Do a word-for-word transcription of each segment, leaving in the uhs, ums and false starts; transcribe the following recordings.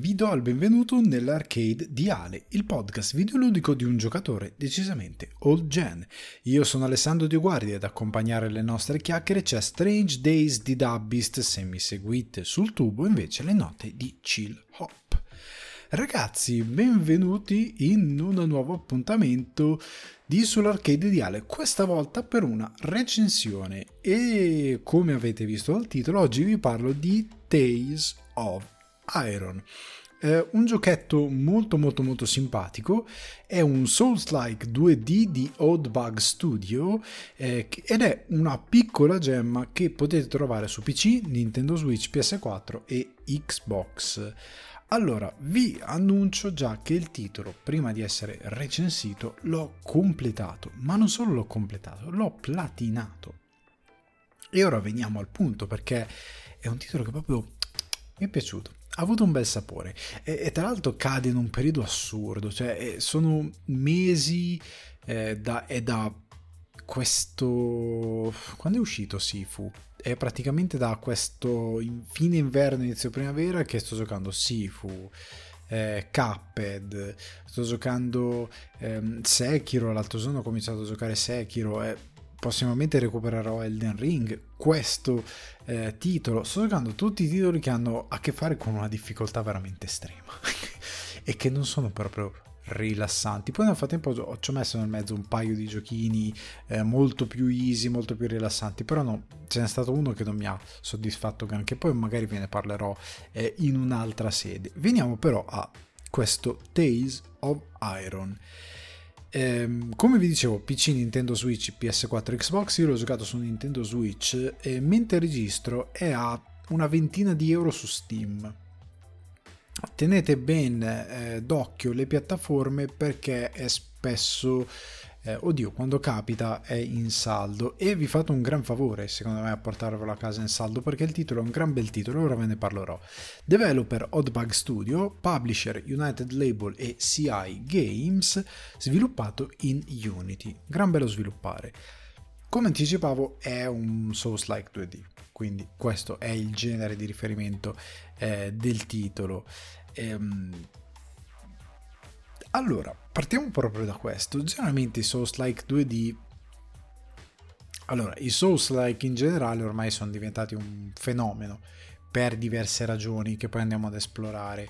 Vi do il benvenuto nell'Arcade di Ale, il podcast videoludico di un giocatore decisamente old gen. Io sono Alessandro Dioguardi e ad accompagnare le nostre chiacchiere c'è Strange Days di Dubbist, se mi seguite sul tubo invece le note di Chill Hop. Ragazzi, benvenuti in un nuovo appuntamento di sull'Arcade di Ale, questa volta per una recensione e come avete visto dal titolo oggi vi parlo di Tales of Iron. Eh, un giochetto molto molto molto simpatico, è un Souls-like due D di Oddbug Studio eh, ed è una piccola gemma che potete trovare su P C, Nintendo Switch, P S quattro e Xbox. Allora, vi annuncio già che il titolo, prima di essere recensito, l'ho completato, ma non solo l'ho completato, l'ho platinato. E ora veniamo al punto, perché è un titolo che proprio mi è piaciuto. Ha avuto un bel sapore e, e tra l'altro cade in un periodo assurdo, cioè sono mesi eh, da, è da questo, quando è uscito Sifu? È praticamente da questo fine inverno inizio primavera che sto giocando Sifu, eh, Cuphead, sto giocando ehm, Sekiro, l'altro giorno ho cominciato a giocare Sekiro e prossimamente recupererò Elden Ring, questo eh, titolo, sto giocando tutti i titoli che hanno a che fare con una difficoltà veramente estrema e che non sono proprio rilassanti. Poi nel frattempo ci ho messo nel mezzo un paio di giochini eh, molto più easy, molto più rilassanti, però no, ce n'è stato uno che non mi ha soddisfatto granché, poi magari ve ne parlerò eh, in un'altra sede. Veniamo però a questo Tales of Iron. Um, come vi dicevo, P C, Nintendo Switch, P S quattro, Xbox. Io l'ho giocato su Nintendo Switch e mentre registro è a una ventina di euro su Steam. Tenete ben eh, d'occhio le piattaforme perché è spesso eh, oddio, quando capita è in saldo e vi fate un gran favore secondo me a portarvelo a casa in saldo perché il titolo è un gran bel titolo, ora ve ne parlerò. Developer Oddbug Studio, publisher United Label e C I Games, sviluppato in Unity, gran bello sviluppare. Come anticipavo è un Souls-like due D, quindi questo è il genere di riferimento eh, del titolo. Ehm, allora, partiamo proprio da questo. Generalmente i Souls-like due D, allora i Souls-like in generale ormai sono diventati un fenomeno per diverse ragioni che poi andiamo ad esplorare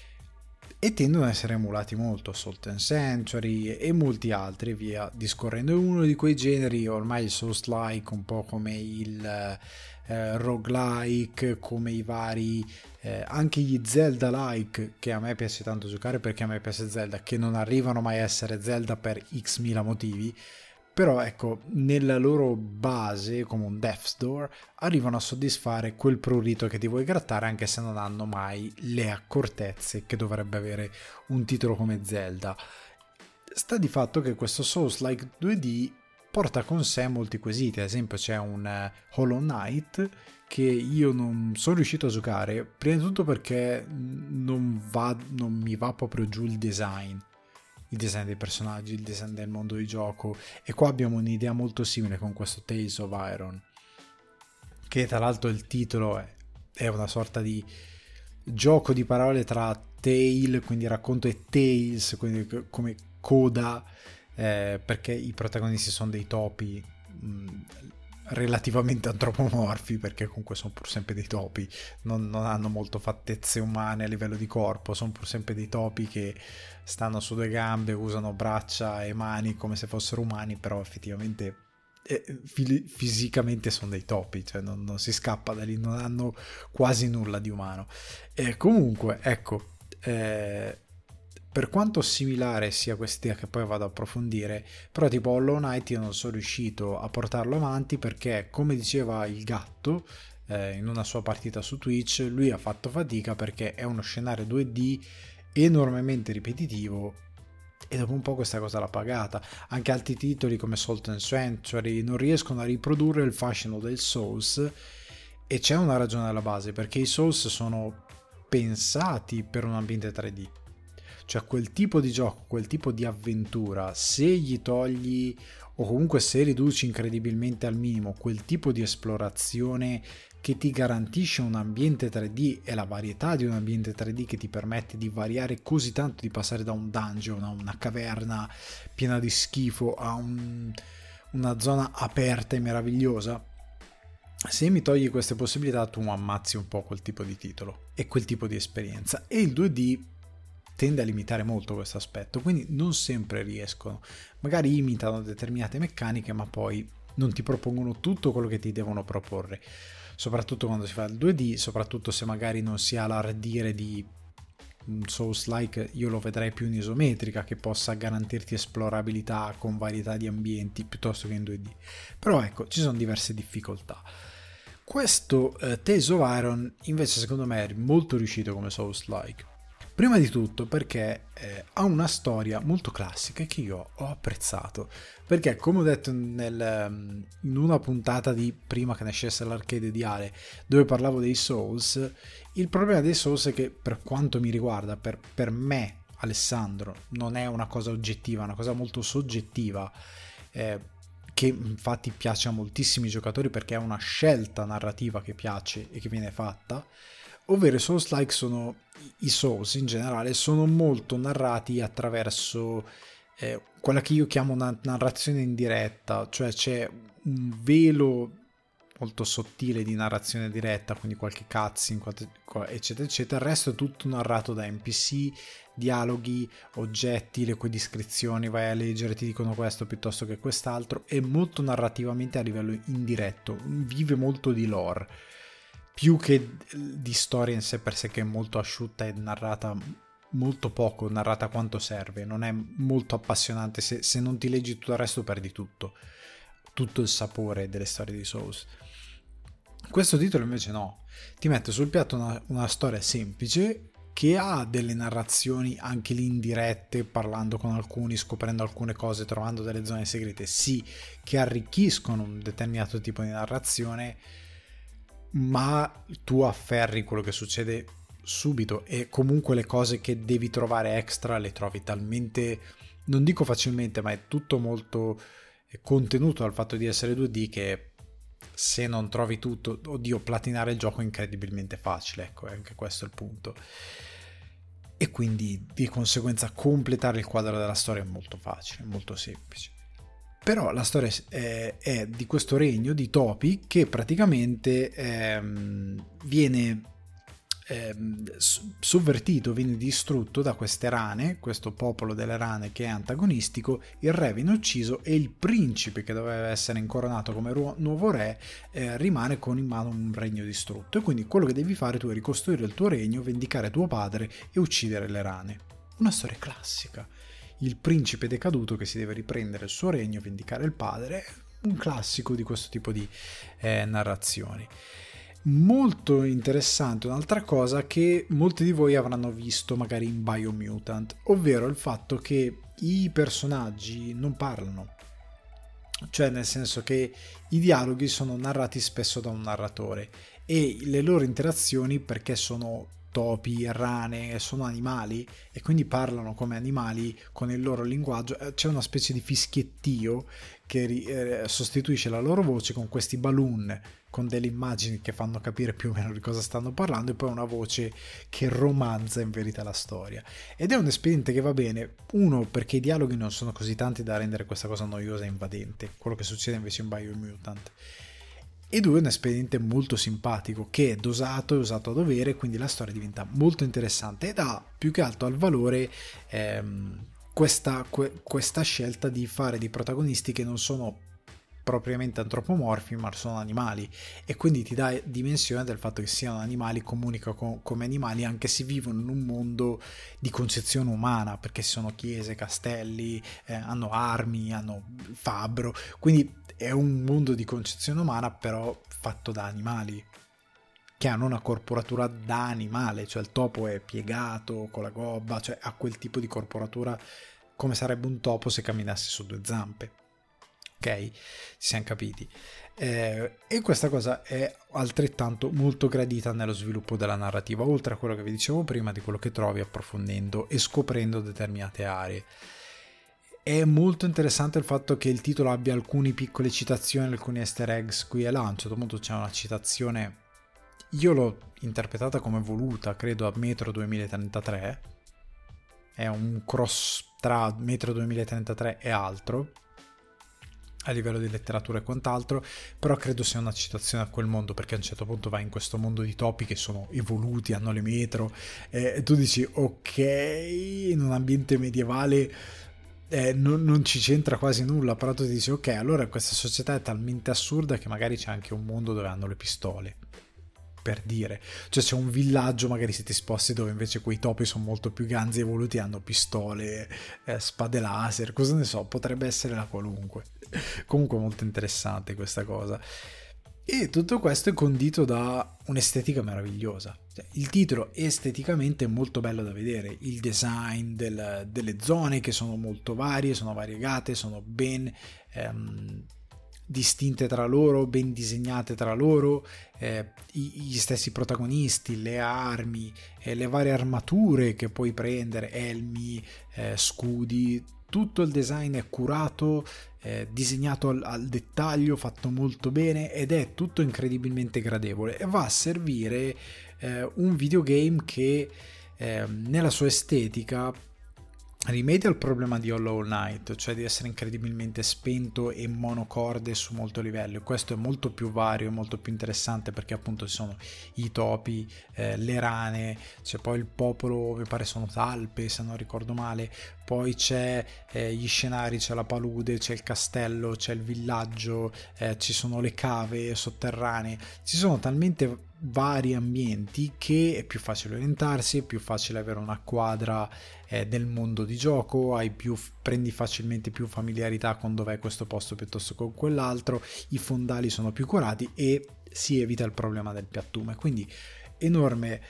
e tendono ad essere emulati molto, Salt and Sanctuary e molti altri via discorrendo. È uno di quei generi ormai il Souls-like, un po' come il eh, roguelike, come i vari eh, anche gli Zelda-like, che a me piace tanto giocare perché a me piace Zelda, che non arrivano mai a essere Zelda per x mila motivi, però ecco, nella loro base, come un Death's Door, arrivano a soddisfare quel prurito che ti vuoi grattare anche se non hanno mai le accortezze che dovrebbe avere un titolo come Zelda. Sta di fatto che questo Souls-like due D porta con sé molti quesiti, ad esempio c'è un uh, Hollow Knight che io non sono riuscito a giocare, prima di tutto perché non, va, non mi va proprio giù il design. Il design dei personaggi, il design del mondo di gioco, e qua abbiamo un'idea molto simile con questo Tales of Iron, che tra l'altro il titolo è, è una sorta di gioco di parole tra tale, quindi racconto, e tales, quindi come coda, eh, perché i protagonisti sono dei topi mh, relativamente antropomorfi, perché comunque sono pur sempre dei topi, non, non hanno molto fattezze umane a livello di corpo, sono pur sempre dei topi che stanno su due gambe, usano braccia e mani come se fossero umani, però effettivamente eh, fisicamente sono dei topi, cioè non, non si scappa da lì, non hanno quasi nulla di umano. E comunque ecco, eh, per quanto similare sia quest'idea, che poi vado ad approfondire, però tipo Hollow Knight io non sono riuscito a portarlo avanti perché, come diceva il gatto eh, in una sua partita su Twitch, lui ha fatto fatica perché è uno scenario due D enormemente ripetitivo e dopo un po' questa cosa l'ha pagata. Anche altri titoli come Salt and Sanctuary non riescono a riprodurre il fascino del Souls, e c'è una ragione alla base, perché i Souls sono pensati per un ambiente tre D. Cioè quel tipo di gioco, quel tipo di avventura, se gli togli o comunque se riduci incredibilmente al minimo quel tipo di esplorazione che ti garantisce un ambiente tre D e la varietà di un ambiente tre D che ti permette di variare così tanto, di passare da un dungeon a una caverna piena di schifo a un, una zona aperta e meravigliosa, se mi togli queste possibilità tu ammazzi un po' quel tipo di titolo e quel tipo di esperienza, e il due D tende a limitare molto questo aspetto, quindi non sempre riescono, magari imitano determinate meccaniche ma poi non ti propongono tutto quello che ti devono proporre, soprattutto quando si fa il due D, soprattutto se magari non si ha l'ardire di un Souls-like. Io lo vedrei più in isometrica, che possa garantirti esplorabilità con varietà di ambienti piuttosto che in due D, però ecco, ci sono diverse difficoltà. Questo eh, Tales of Iron invece secondo me è molto riuscito come Souls-like. Prima di tutto perché eh, ha una storia molto classica che io ho apprezzato, perché come ho detto nel, in una puntata di prima che nascesse l'arcade ideale dove parlavo dei Souls, il problema dei Souls è che per quanto mi riguarda, per, per me Alessandro, non è una cosa oggettiva, è una cosa molto soggettiva, eh, che infatti piace a moltissimi giocatori perché è una scelta narrativa che piace e che viene fatta, ovvero i Souls-like sono, i Souls in generale, sono molto narrati attraverso eh, quella che io chiamo una narrazione indiretta, cioè c'è un velo molto sottile di narrazione diretta, quindi qualche cutscene, eccetera, eccetera, il resto è tutto narrato da N P C, dialoghi, oggetti, le cui descrizioni vai a leggere, ti dicono questo piuttosto che quest'altro, e molto narrativamente a livello indiretto, vive molto di lore, più che di storia in sé per sé, che è molto asciutta e narrata molto poco, narrata quanto serve, non è molto appassionante, se, se non ti leggi tutto il resto perdi tutto, tutto il sapore delle storie di Souls. Questo titolo invece no, ti mette sul piatto una, una storia semplice che ha delle narrazioni anche lì indirette, parlando con alcuni, scoprendo alcune cose, trovando delle zone segrete, sì, che arricchiscono un determinato tipo di narrazione, ma tu afferri quello che succede subito, e comunque le cose che devi trovare extra le trovi talmente, non dico facilmente, ma è tutto molto contenuto dal fatto di essere due D, che se non trovi tutto, oddio, platinare il gioco è incredibilmente facile, ecco, è anche questo il punto, e quindi di conseguenza completare il quadro della storia è molto facile, molto semplice. Però la storia è, è di questo regno di topi che praticamente ehm, viene ehm, sovvertito, viene distrutto da queste rane, questo popolo delle rane che è antagonistico, il re viene ucciso e il principe che doveva essere incoronato come ru- nuovo re eh, rimane con in mano un regno distrutto, e quindi quello che devi fare tu è ricostruire il tuo regno, vendicare tuo padre e uccidere le rane. Una storia classica. Il principe decaduto che si deve riprendere il suo regno, vendicare il padre, un classico di questo tipo di eh, narrazioni. Molto interessante un'altra cosa che molti di voi avranno visto magari in Biomutant, ovvero il fatto che i personaggi non parlano, cioè nel senso che i dialoghi sono narrati spesso da un narratore e le loro interazioni, perché sono topi, rane, sono animali e quindi parlano come animali con il loro linguaggio, c'è una specie di fischiettio che eh, sostituisce la loro voce con questi balloon, con delle immagini che fanno capire più o meno di cosa stanno parlando, e poi una voce che romanza in verità la storia, ed è un espediente che va bene, uno perché i dialoghi non sono così tanti da rendere questa cosa noiosa e invadente, quello che succede invece in Biomutant, e due, un espediente molto simpatico che è dosato e usato a dovere, quindi la storia diventa molto interessante ed ha più che altro al valore ehm, questa, que, questa scelta di fare dei protagonisti che non sono propriamente antropomorfi ma sono animali, e quindi ti dà dimensione del fatto che siano animali, comunicano co- come animali anche se vivono in un mondo di concezione umana, perché sono chiese, castelli, eh, hanno armi, hanno fabbro, quindi è un mondo di concezione umana però fatto da animali che hanno una corporatura da animale, cioè il topo è piegato con la gobba, cioè ha quel tipo di corporatura come sarebbe un topo se camminasse su due zampe. ok? Ci siamo capiti. Eh, e questa cosa è altrettanto molto gradita nello sviluppo della narrativa, oltre a quello che vi dicevo prima, di quello che trovi approfondendo e scoprendo determinate aree. È molto interessante il fatto che il titolo abbia alcune piccole citazioni, alcuni easter eggs qui e là. A un certo punto c'è una citazione, io l'ho interpretata come voluta, credo a Metro duemilatrentatré, è un cross tra Metro duemilatrentatré e altro a livello di letteratura e quant'altro, però credo sia una citazione a quel mondo, perché a un certo punto vai in questo mondo di topi che sono evoluti, hanno le metro, eh, e tu dici ok, in un ambiente medievale eh, non, non ci c'entra quasi nulla, però tu dici ok, allora questa società è talmente assurda che magari c'è anche un mondo dove hanno le pistole, per dire, cioè c'è un villaggio magari se ti sposti dove invece quei topi sono molto più ganzi evoluti, hanno pistole, eh, spade laser, cosa ne so, potrebbe essere la qualunque. Comunque molto interessante questa cosa, e tutto questo è condito da un'estetica meravigliosa, cioè, il titolo esteticamente è molto bello da vedere, il design del, delle zone che sono molto varie, sono variegate, sono ben ehm, distinte tra loro, ben disegnate tra loro, eh, gli stessi protagonisti, le armi, eh, le varie armature che puoi prendere, elmi, eh, scudi, tutto il design è curato, eh, disegnato al, al dettaglio, fatto molto bene, ed è tutto incredibilmente gradevole e va a servire eh, un videogame che eh, nella sua estetica rimedia al problema di Hollow Knight, cioè di essere incredibilmente spento e monocorde su molto livello. Questo è molto più vario, molto più interessante, perché appunto ci sono i topi, eh, le rane, c'è poi il popolo, mi pare sono talpe se non ricordo male, poi c'è eh, gli scenari, c'è la palude, c'è il castello, c'è il villaggio, eh, ci sono le cave sotterranee, ci sono talmente vari ambienti che è più facile orientarsi, è più facile avere una quadra eh, del mondo di gioco, hai più, prendi facilmente più familiarità con dov'è questo posto piuttosto che con quell'altro, i fondali sono più curati e si evita il problema del piattume. Quindi enorme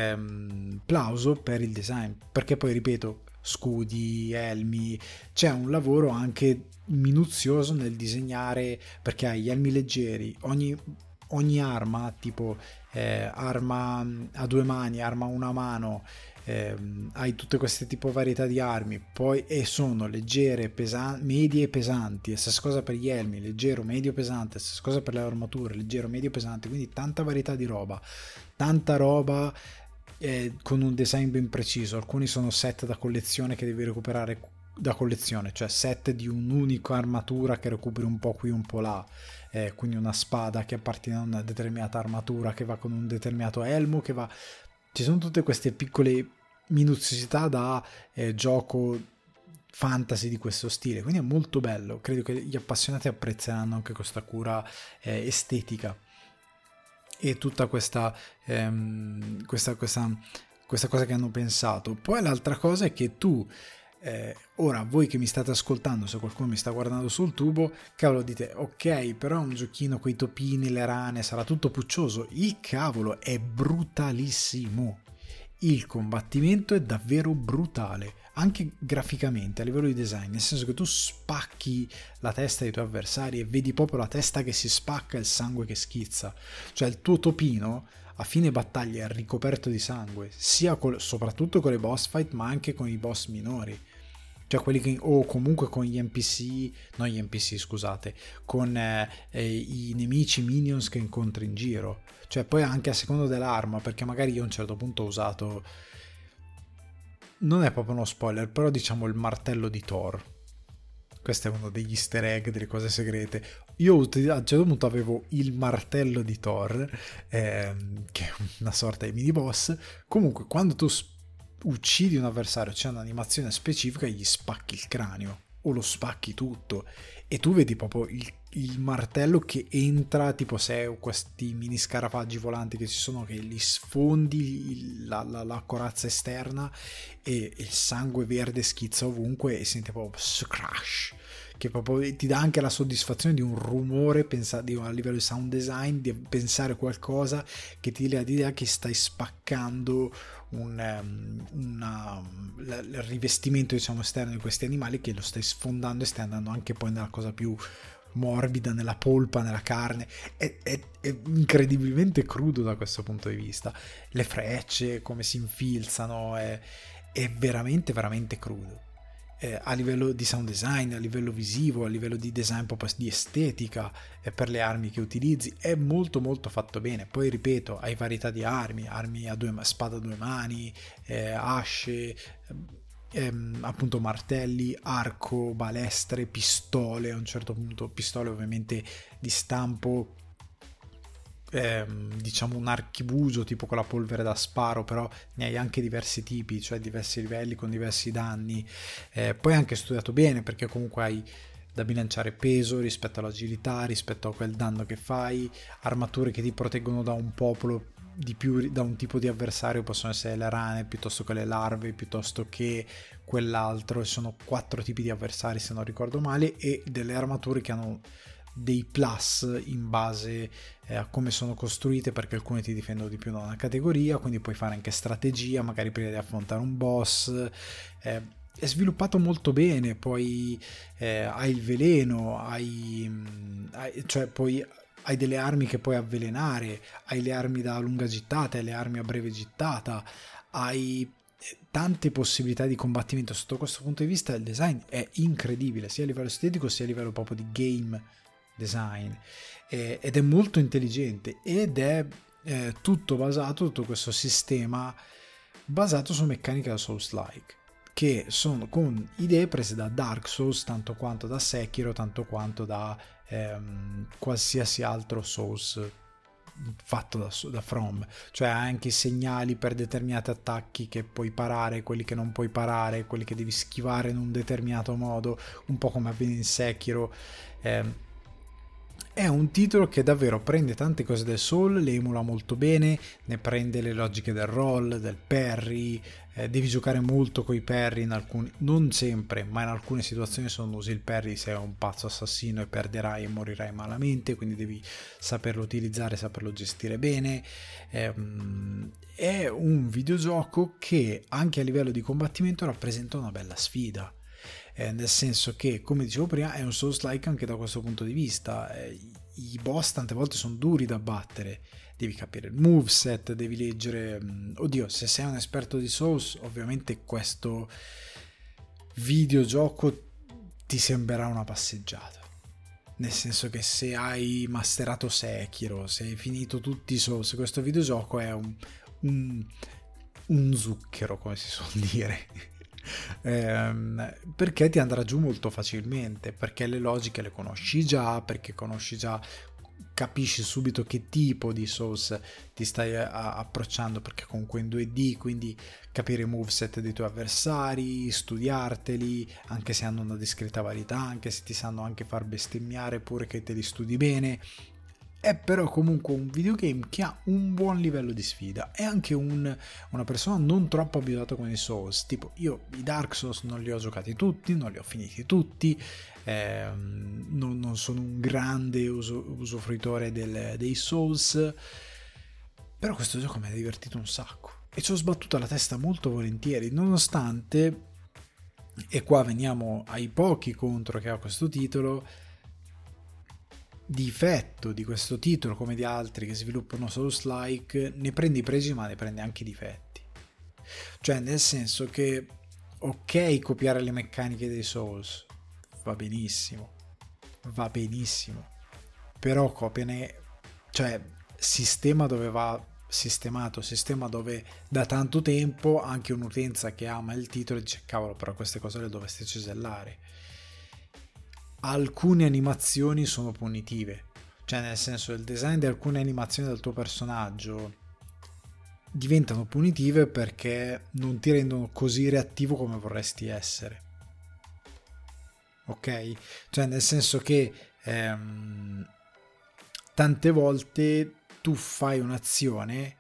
ehm, plauso per il design, perché poi ripeto, scudi, elmi, c'è un lavoro anche minuzioso nel disegnare, perché hai gli elmi leggeri, ogni ogni arma, tipo eh, arma a due mani, arma a una mano, eh, hai tutte queste tipo varietà di armi, poi e sono leggere, pesanti, medie e pesanti, stessa cosa per gli elmi, leggero, medio, pesante, stessa cosa per le armature, leggero, medio, pesante, quindi tanta varietà di roba, tanta roba eh, con un design ben preciso. Alcuni sono set da collezione che devi recuperare da collezione, cioè set di un'unica armatura che recuperi un po' qui un po' là, eh, quindi una spada che appartiene a una determinata armatura che va con un determinato elmo, che va, ci sono tutte queste piccole minuziosità da eh, gioco fantasy di questo stile, quindi è molto bello. Credo che gli appassionati apprezzeranno anche questa cura eh, estetica e tutta questa, ehm, questa, questa, questa cosa che hanno pensato. Poi l'altra cosa è che tu Eh, ora voi che mi state ascoltando, se qualcuno mi sta guardando sul tubo, cavolo, dite ok, però è un giochino coi topini, le rane, sarà tutto puccioso. Il cavolo, è brutalissimo, il combattimento è davvero brutale, anche graficamente, a livello di design, nel senso che tu spacchi la testa dei tuoi avversari e vedi proprio la testa che si spacca e il sangue che schizza, cioè il tuo topino a fine battaglia è ricoperto di sangue, sia col, soprattutto con le boss fight, ma anche con i boss minori, cioè quelli che, o comunque con gli N P C, non gli N P C scusate, con eh, eh, i nemici minions che incontri in giro, cioè poi anche a seconda dell'arma, perché magari io a un certo punto ho usato, non è proprio uno spoiler, però diciamo il martello di Thor. Questo è uno degli easter egg, delle cose segrete. Io a un certo punto avevo il martello di Thor, ehm, che è una sorta di mini boss. Comunque quando tu sp- uccidi un avversario, c'è un'animazione specifica, gli spacchi il cranio o lo spacchi tutto e tu vedi proprio il, il martello che entra, tipo se questi mini scarafaggi volanti che ci sono, che li sfondi il, la, la, la corazza esterna e il sangue verde schizza ovunque e senti proprio crash, che proprio ti dà anche la soddisfazione di un rumore, pensa, di, a livello di sound design, di pensare qualcosa che ti dà l'idea che stai spaccando un, una, il rivestimento diciamo esterno di questi animali, che lo stai sfondando e stai andando anche poi nella cosa più morbida nella polpa, nella carne, è, è, è incredibilmente crudo da questo punto di vista. Le frecce, come si infilzano, è, è veramente veramente crudo. Eh, a livello di sound design, a livello visivo, a livello di design proprio di estetica, eh, per le armi che utilizzi, è molto molto fatto bene. Poi ripeto, hai varietà di armi, armi a due spada a due mani, eh, asce, ehm, appunto martelli, arco, balestre, pistole, a un certo punto pistole ovviamente di stampo, ehm, diciamo un archibugio tipo con la polvere da sparo, però ne hai anche diversi tipi, cioè diversi livelli con diversi danni. Eh, poi anche studiato bene, perché comunque hai da bilanciare peso rispetto all'agilità, rispetto a quel danno che fai, armature che ti proteggono da un popolo di più, da un tipo di avversario, possono essere le rane piuttosto che le larve, piuttosto che quell'altro. Sono quattro tipi di avversari se non ricordo male, e delle armature che hanno dei plus in base eh, a come sono costruite, perché alcune ti difendono di più da una categoria, quindi puoi fare anche strategia magari prima di affrontare un boss. eh, è sviluppato molto bene. Poi eh, hai il veleno, hai, hai cioè poi hai delle armi che puoi avvelenare, hai le armi da lunga gittata e le armi a breve gittata, hai tante possibilità di combattimento. Sotto questo punto di vista il design è incredibile, sia a livello estetico sia a livello proprio di game design, eh, ed è molto intelligente, ed è eh, tutto basato, tutto questo sistema basato su meccaniche da Souls-like, che sono con idee prese da Dark Souls tanto quanto da Sekiro, tanto quanto da ehm, qualsiasi altro Souls fatto da, da From. Cioè anche i segnali per determinati attacchi che puoi parare, quelli che non puoi parare, quelli che devi schivare in un determinato modo, un po' come avviene in Sekiro. eh, È un titolo che davvero prende tante cose del Soul, le emula molto bene, ne prende le logiche del roll, del parry, eh, devi giocare molto coi parry in alcuni, non sempre, ma in alcune situazioni se non usi il parry sei un pazzo assassino e perderai e morirai malamente, quindi devi saperlo utilizzare, saperlo gestire bene. Ehm, è un videogioco che anche a livello di combattimento rappresenta una bella sfida. Eh, nel senso che, come dicevo prima, è un Souls-like anche da questo punto di vista. Eh, i boss tante volte sono duri da battere, devi capire il moveset, devi leggere. Oddio, se sei un esperto di Souls, ovviamente questo videogioco ti sembrerà una passeggiata, nel senso che se hai masterato Sekiro, se hai finito tutti i Souls, questo videogioco è un, un, un zucchero, come si suol dire. Eh, perché ti andrà giù molto facilmente, perché le logiche le conosci già, perché conosci già, capisci subito che tipo di Souls ti stai a- approcciando, perché comunque in due D, quindi capire i moveset dei tuoi avversari, studiarteli, anche se hanno una discreta varietà, anche se ti sanno anche far bestemmiare, pure che te li studi bene. È però comunque un videogame che ha un buon livello di sfida. È anche un, una persona non troppo abituata con i Souls. Tipo, io i Dark Souls non li ho giocati tutti, non li ho finiti tutti, ehm, non, non sono un grande uso, usufruitore del, dei Souls, però questo gioco mi ha divertito un sacco e ci ho sbattuto la testa molto volentieri, nonostante, e qua veniamo ai pochi contro che ha questo titolo, difetto di questo titolo, come di altri che sviluppano Souls-like, ne prende i pregi ma ne prende anche i difetti. Cioè, nel senso che, ok, copiare le meccaniche dei Souls va benissimo, va benissimo, però copiane, cioè sistema dove va sistemato, sistema dove da tanto tempo anche un'utenza che ama il titolo dice cavolo, però queste cose le dovreste cesellare. Alcune animazioni sono punitive, cioè nel senso il design di alcune animazioni del tuo personaggio diventano punitive perché non ti rendono così reattivo come vorresti essere, ok? Cioè nel senso che ehm, tante volte tu fai un'azione,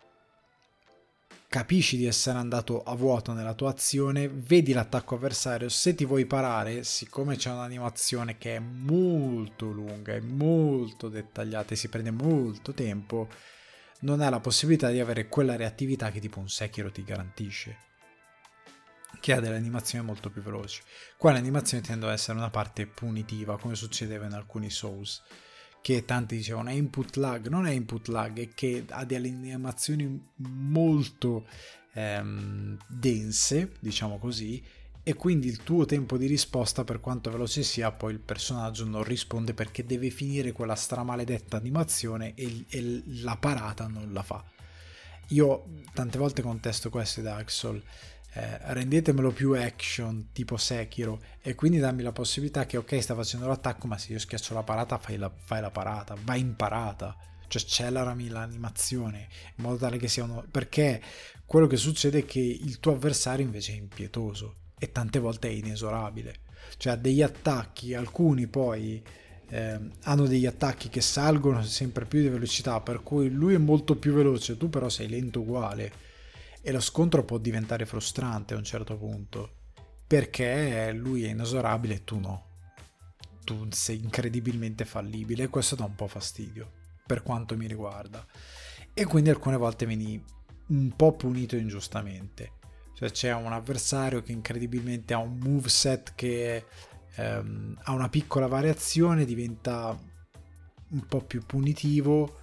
capisci di essere andato a vuoto nella tua azione, vedi l'attacco avversario, se ti vuoi parare, siccome c'è un'animazione che è molto lunga e molto dettagliata e si prende molto tempo, non hai la possibilità di avere quella reattività che tipo un Sekiro ti garantisce. che ha delle animazioni molto più veloci. Qua le animazioni tendono ad essere una parte punitiva, come succedeva in alcuni Souls, che tanti dicevano è input lag. Non è input lag, è che ha delle animazioni molto ehm, dense, diciamo così, e quindi il tuo tempo di risposta, per quanto veloce sia, poi il personaggio non risponde perché deve finire quella stramaledetta animazione e, e la parata non la fa. Io tante volte contesto questo Dark Souls, eh, rendetemelo più action tipo Sekiro, e quindi dammi la possibilità che ok, sta facendo l'attacco, ma se io schiaccio la parata fai la, fai la parata, va in parata, cioè accelerami l'animazione in modo tale che sia uno, perché quello che succede è che il tuo avversario invece è impietoso e tante volte è inesorabile, cioè ha degli attacchi, alcuni poi eh, hanno degli attacchi che salgono sempre più di velocità, per cui lui è molto più veloce, tu però sei lento uguale, e lo scontro può diventare frustrante a un certo punto perché lui è inesorabile e tu no, tu sei incredibilmente fallibile, e questo dà un po' fastidio per quanto mi riguarda, e quindi alcune volte vieni un po' punito ingiustamente. Cioè c'è un avversario che incredibilmente ha un moveset che ehm, ha una piccola variazione, diventa un po' più punitivo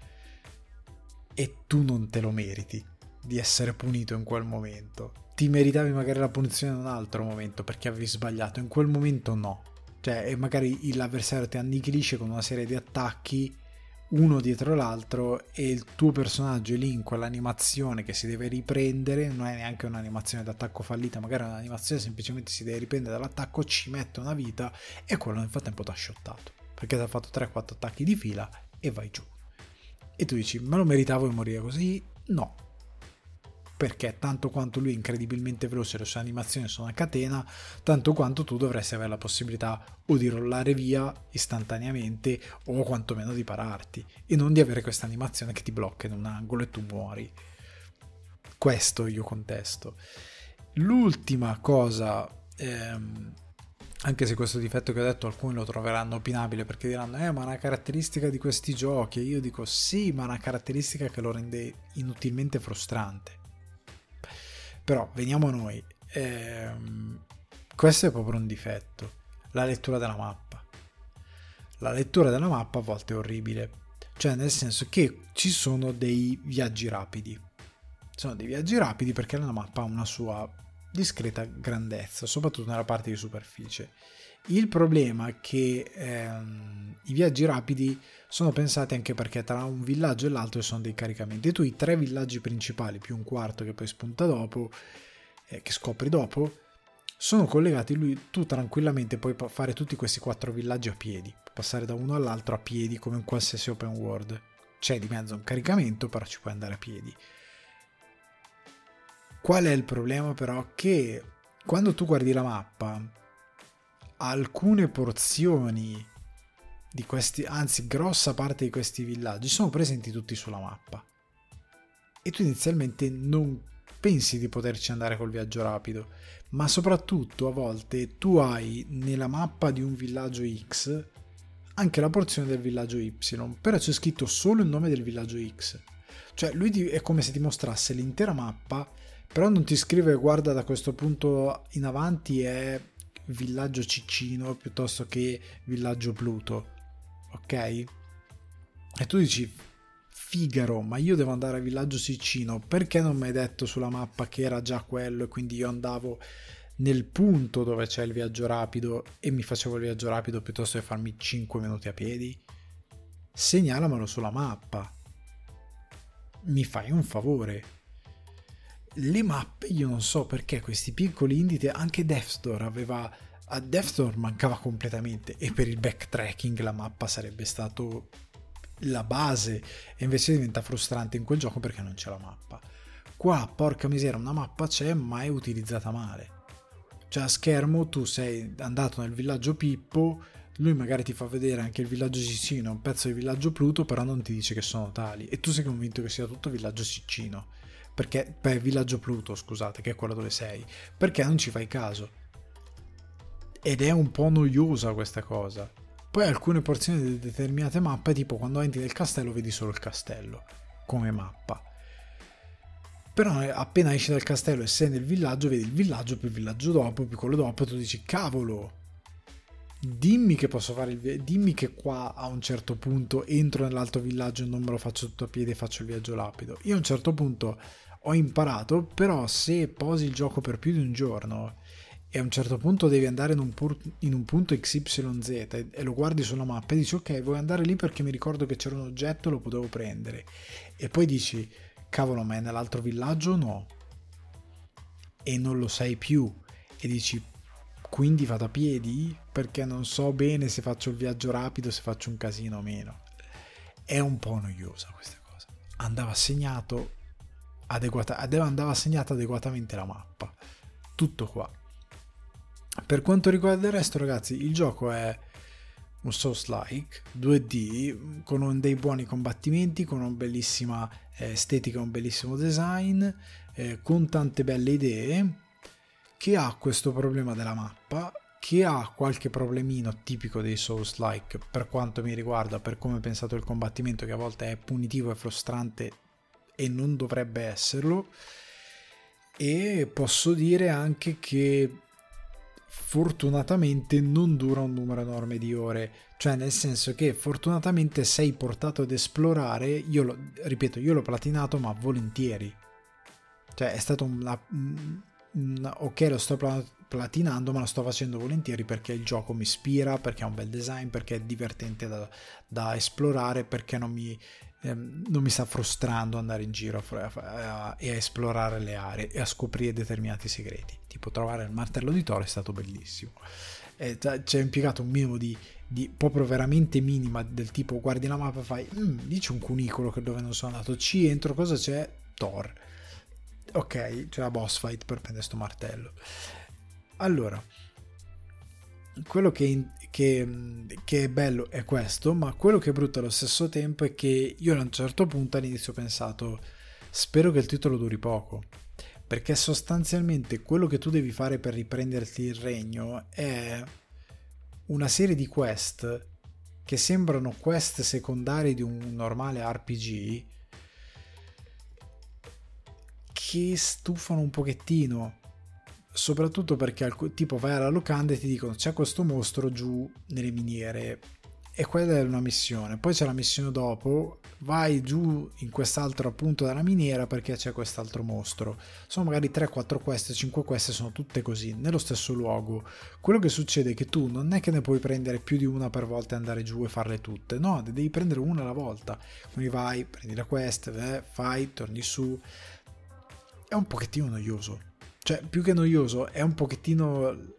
e tu non te lo meriti di essere punito in quel momento. Ti meritavi magari la punizione in un altro momento perché avevi sbagliato, in quel momento no. Cioè magari l'avversario ti annichilisce con una serie di attacchi uno dietro l'altro e il tuo personaggio è lì in quell'animazione che si deve riprendere, non è neanche un'animazione d'attacco fallita, magari è un'animazione semplicemente si deve riprendere dall'attacco, ci mette una vita e quello nel frattempo ti ha shottato perché ti ha fatto tre quattro attacchi di fila e vai giù, e tu dici me lo meritavo di morire così? No, perché tanto quanto lui è incredibilmente veloce, le sue animazioni sono a catena, tanto quanto tu dovresti avere la possibilità o di rollare via istantaneamente o quantomeno di pararti, e non di avere questa animazione che ti blocca in un angolo e tu muori. Questo io contesto. L'ultima cosa, ehm, anche se questo difetto che ho detto alcuni lo troveranno opinabile perché diranno eh ma è una caratteristica di questi giochi, e io dico sì, ma è una caratteristica che lo rende inutilmente frustrante. Però veniamo a noi, ehm, questo è proprio un difetto, la lettura della mappa. La lettura della mappa a volte è orribile, cioè nel senso che ci sono dei viaggi rapidi, sono dei viaggi rapidi perché la mappa ha una sua discreta grandezza, soprattutto nella parte di superficie. Il problema è che ehm, i viaggi rapidi sono pensati anche perché tra un villaggio e l'altro ci sono dei caricamenti, e tu i tre villaggi principali più un quarto che poi spunta dopo, eh, che scopri dopo, sono collegati. Lui, tu tranquillamente puoi fare tutti questi quattro villaggi a piedi, passare da uno all'altro a piedi come in qualsiasi open world. C'è di mezzo un caricamento, però ci puoi andare a piedi. Qual è il problema però? Che quando tu guardi la mappa, alcune porzioni di questi, anzi grossa parte di questi villaggi sono presenti tutti sulla mappa e tu inizialmente non pensi di poterci andare col viaggio rapido, ma soprattutto a volte tu hai nella mappa di un villaggio X anche la porzione del villaggio Y, però c'è scritto solo il nome del villaggio X, cioè lui ti, è come se ti mostrasse l'intera mappa, però non ti scrive guarda da questo punto in avanti è villaggio Ciccino piuttosto che villaggio Pluto, ok? E tu dici Figaro, ma io devo andare a villaggio Ciccino, perché non mi hai detto sulla mappa che era già quello e quindi io andavo nel punto dove c'è il viaggio rapido e mi facevo il viaggio rapido piuttosto che farmi cinque minuti a piedi? Segnalamelo sulla mappa, mi fai un favore. Le mappe, io non so perché questi piccoli indici, anche Death's Door aveva, a Death's Door mancava completamente, e per il backtracking la mappa sarebbe stato la base, e invece diventa frustrante in quel gioco perché non c'è la mappa. Qua porca miseria una mappa c'è ma è utilizzata male, cioè a schermo tu sei andato nel villaggio Pippo, lui magari ti fa vedere anche il villaggio Ciccino, un pezzo di villaggio Pluto, però non ti dice che sono tali e tu sei convinto che sia tutto villaggio Ciccino, perché beh, villaggio Pluto scusate, che è quello dove sei, perché non ci fai caso, ed è un po' noiosa questa cosa. Poi alcune porzioni di determinate mappe, tipo quando entri nel castello vedi solo il castello come mappa, Però appena esci dal castello e sei nel villaggio, vedi il villaggio, poi il villaggio dopo, poi quello dopo, e tu dici cavolo, dimmi che posso fare il vi- dimmi che qua a un certo punto entro nell'altro villaggio e non me lo faccio tutto a piedi e faccio il viaggio rapido. Io a un certo punto ho imparato, però se posi il gioco per più di un giorno e a un certo punto devi andare in un, pur- in un punto X Y Z e, e lo guardi sulla mappa e dici ok, vuoi andare lì perché mi ricordo che c'era un oggetto e lo potevo prendere, e poi dici cavolo, ma è nell'altro villaggio? No, e non lo sai più, e dici quindi vado a piedi perché non so bene se faccio il viaggio rapido, se faccio un casino o meno. È un po' noiosa questa cosa. Andava segnato adeguata, andava segnata adeguatamente la mappa, tutto qua. Per quanto riguarda il resto, ragazzi, il gioco è un Souls-like due D con un, dei buoni combattimenti, con una bellissima estetica, un bellissimo design, eh, con tante belle idee, che ha questo problema della mappa, che ha qualche problemino tipico dei Souls-like per quanto mi riguarda, per come è pensato il combattimento, che a volte è punitivo e frustrante e non dovrebbe esserlo. E posso dire anche che fortunatamente non dura un numero enorme di ore, cioè nel senso che fortunatamente sei portato ad esplorare. Io lo ripeto, io l'ho platinato ma volentieri, cioè è stato una, una ok, lo sto platinando ma lo sto facendo volentieri perché il gioco mi ispira, perché ha un bel design, perché è divertente da, da esplorare, perché non mi ehm, non mi sta frustrando andare in giro a, a, e a esplorare le aree e a scoprire determinati segreti, tipo trovare il martello di Thor è stato bellissimo. E c'è impiegato un minimo di, di proprio veramente minima, del tipo guardi la mappa e fai mm, lì c'è un cunicolo che dove non sono andato, ci entro, cosa c'è? Thor. Ok, c'è la boss fight per prendere sto martello. Allora, quello che, che, che è bello è questo, ma quello che è brutto allo stesso tempo è che io a un certo punto all'inizio ho pensato spero che il titolo duri poco, perché sostanzialmente quello che tu devi fare per riprenderti il regno è una serie di quest che sembrano quest secondari di un normale R P G, che stufano un pochettino, soprattutto perché tipo vai alla locanda e ti dicono c'è questo mostro giù nelle miniere e quella è una missione, poi c'è la missione dopo, vai giù in quest'altro punto della miniera perché c'è quest'altro mostro. Sono magari tre quattro quest, cinque quest, sono tutte così nello stesso luogo. Quello che succede è che tu non è che ne puoi prendere più di una per volta e andare giù e farle tutte, no, ne devi prendere una alla volta, quindi vai, prendi la quest, eh, fai, torni su. È un pochettino noioso, cioè più che noioso è un pochettino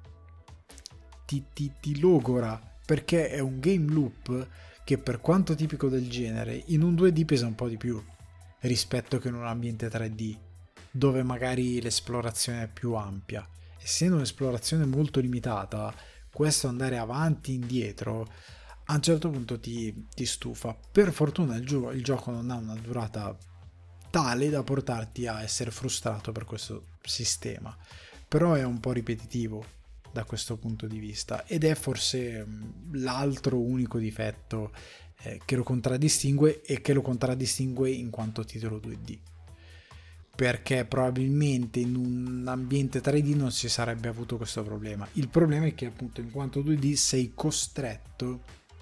ti, ti, ti logora, perché è un game loop che per quanto tipico del genere in un due D pesa un po' di più rispetto che in un ambiente tre D dove magari l'esplorazione è più ampia. Essendo un'esplorazione molto limitata, questo andare avanti e indietro a un certo punto ti, ti stufa. Per fortuna il, gio- il gioco non ha una durata tale da portarti a essere frustrato per questo sistema, però è un po' ripetitivo da questo punto di vista ed è forse l'altro unico difetto eh, che lo contraddistingue e che lo contraddistingue in quanto titolo due D, perché probabilmente in un ambiente tre D non si sarebbe avuto questo problema. Il problema è che appunto in quanto due D sei costretto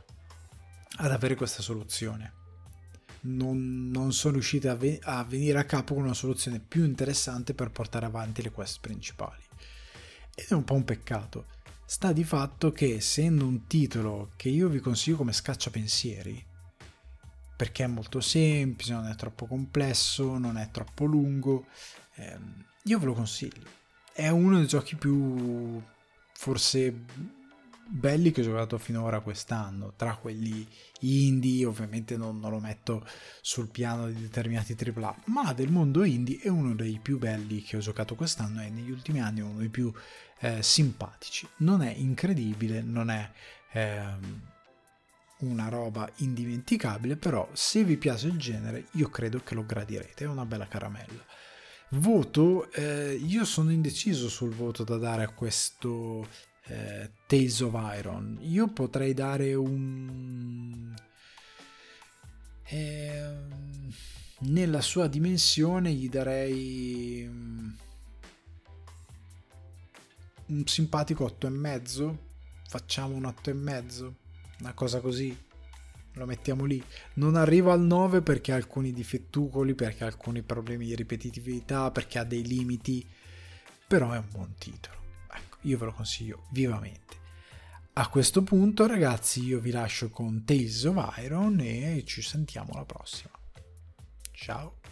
ad avere questa soluzione. Non, non sono riusciti a, ve- a venire a capo con una soluzione più interessante per portare avanti le quest principali, ed è un po' un peccato. Sta di fatto che essendo un titolo che io vi consiglio come scacciapensieri, perché è molto semplice, non è troppo complesso, non è troppo lungo, ehm, io ve lo consiglio. È uno dei giochi più forse belli che ho giocato finora quest'anno, tra quelli indie. Ovviamente non, non lo metto sul piano di determinati tripla A, ma del mondo indie è uno dei più belli che ho giocato quest'anno e negli ultimi anni è uno dei più eh, simpatici. Non è incredibile, non è ehm, una roba indimenticabile, però se vi piace il genere io credo che lo gradirete, è una bella caramella. Voto, eh, io sono indeciso sul voto da dare a questo eh, Tales of Iron. Io potrei dare un eh, nella sua dimensione gli darei un simpatico otto e mezzo. Facciamo un otto e mezzo, una cosa così, lo mettiamo lì. Non arriva al nove perché ha alcuni difettucoli, perché ha alcuni problemi di ripetitività, perché ha dei limiti, però è un buon titolo. Ecco, io ve lo consiglio vivamente. A questo punto, ragazzi, io vi lascio con Tales of Iron e ci sentiamo alla prossima. Ciao.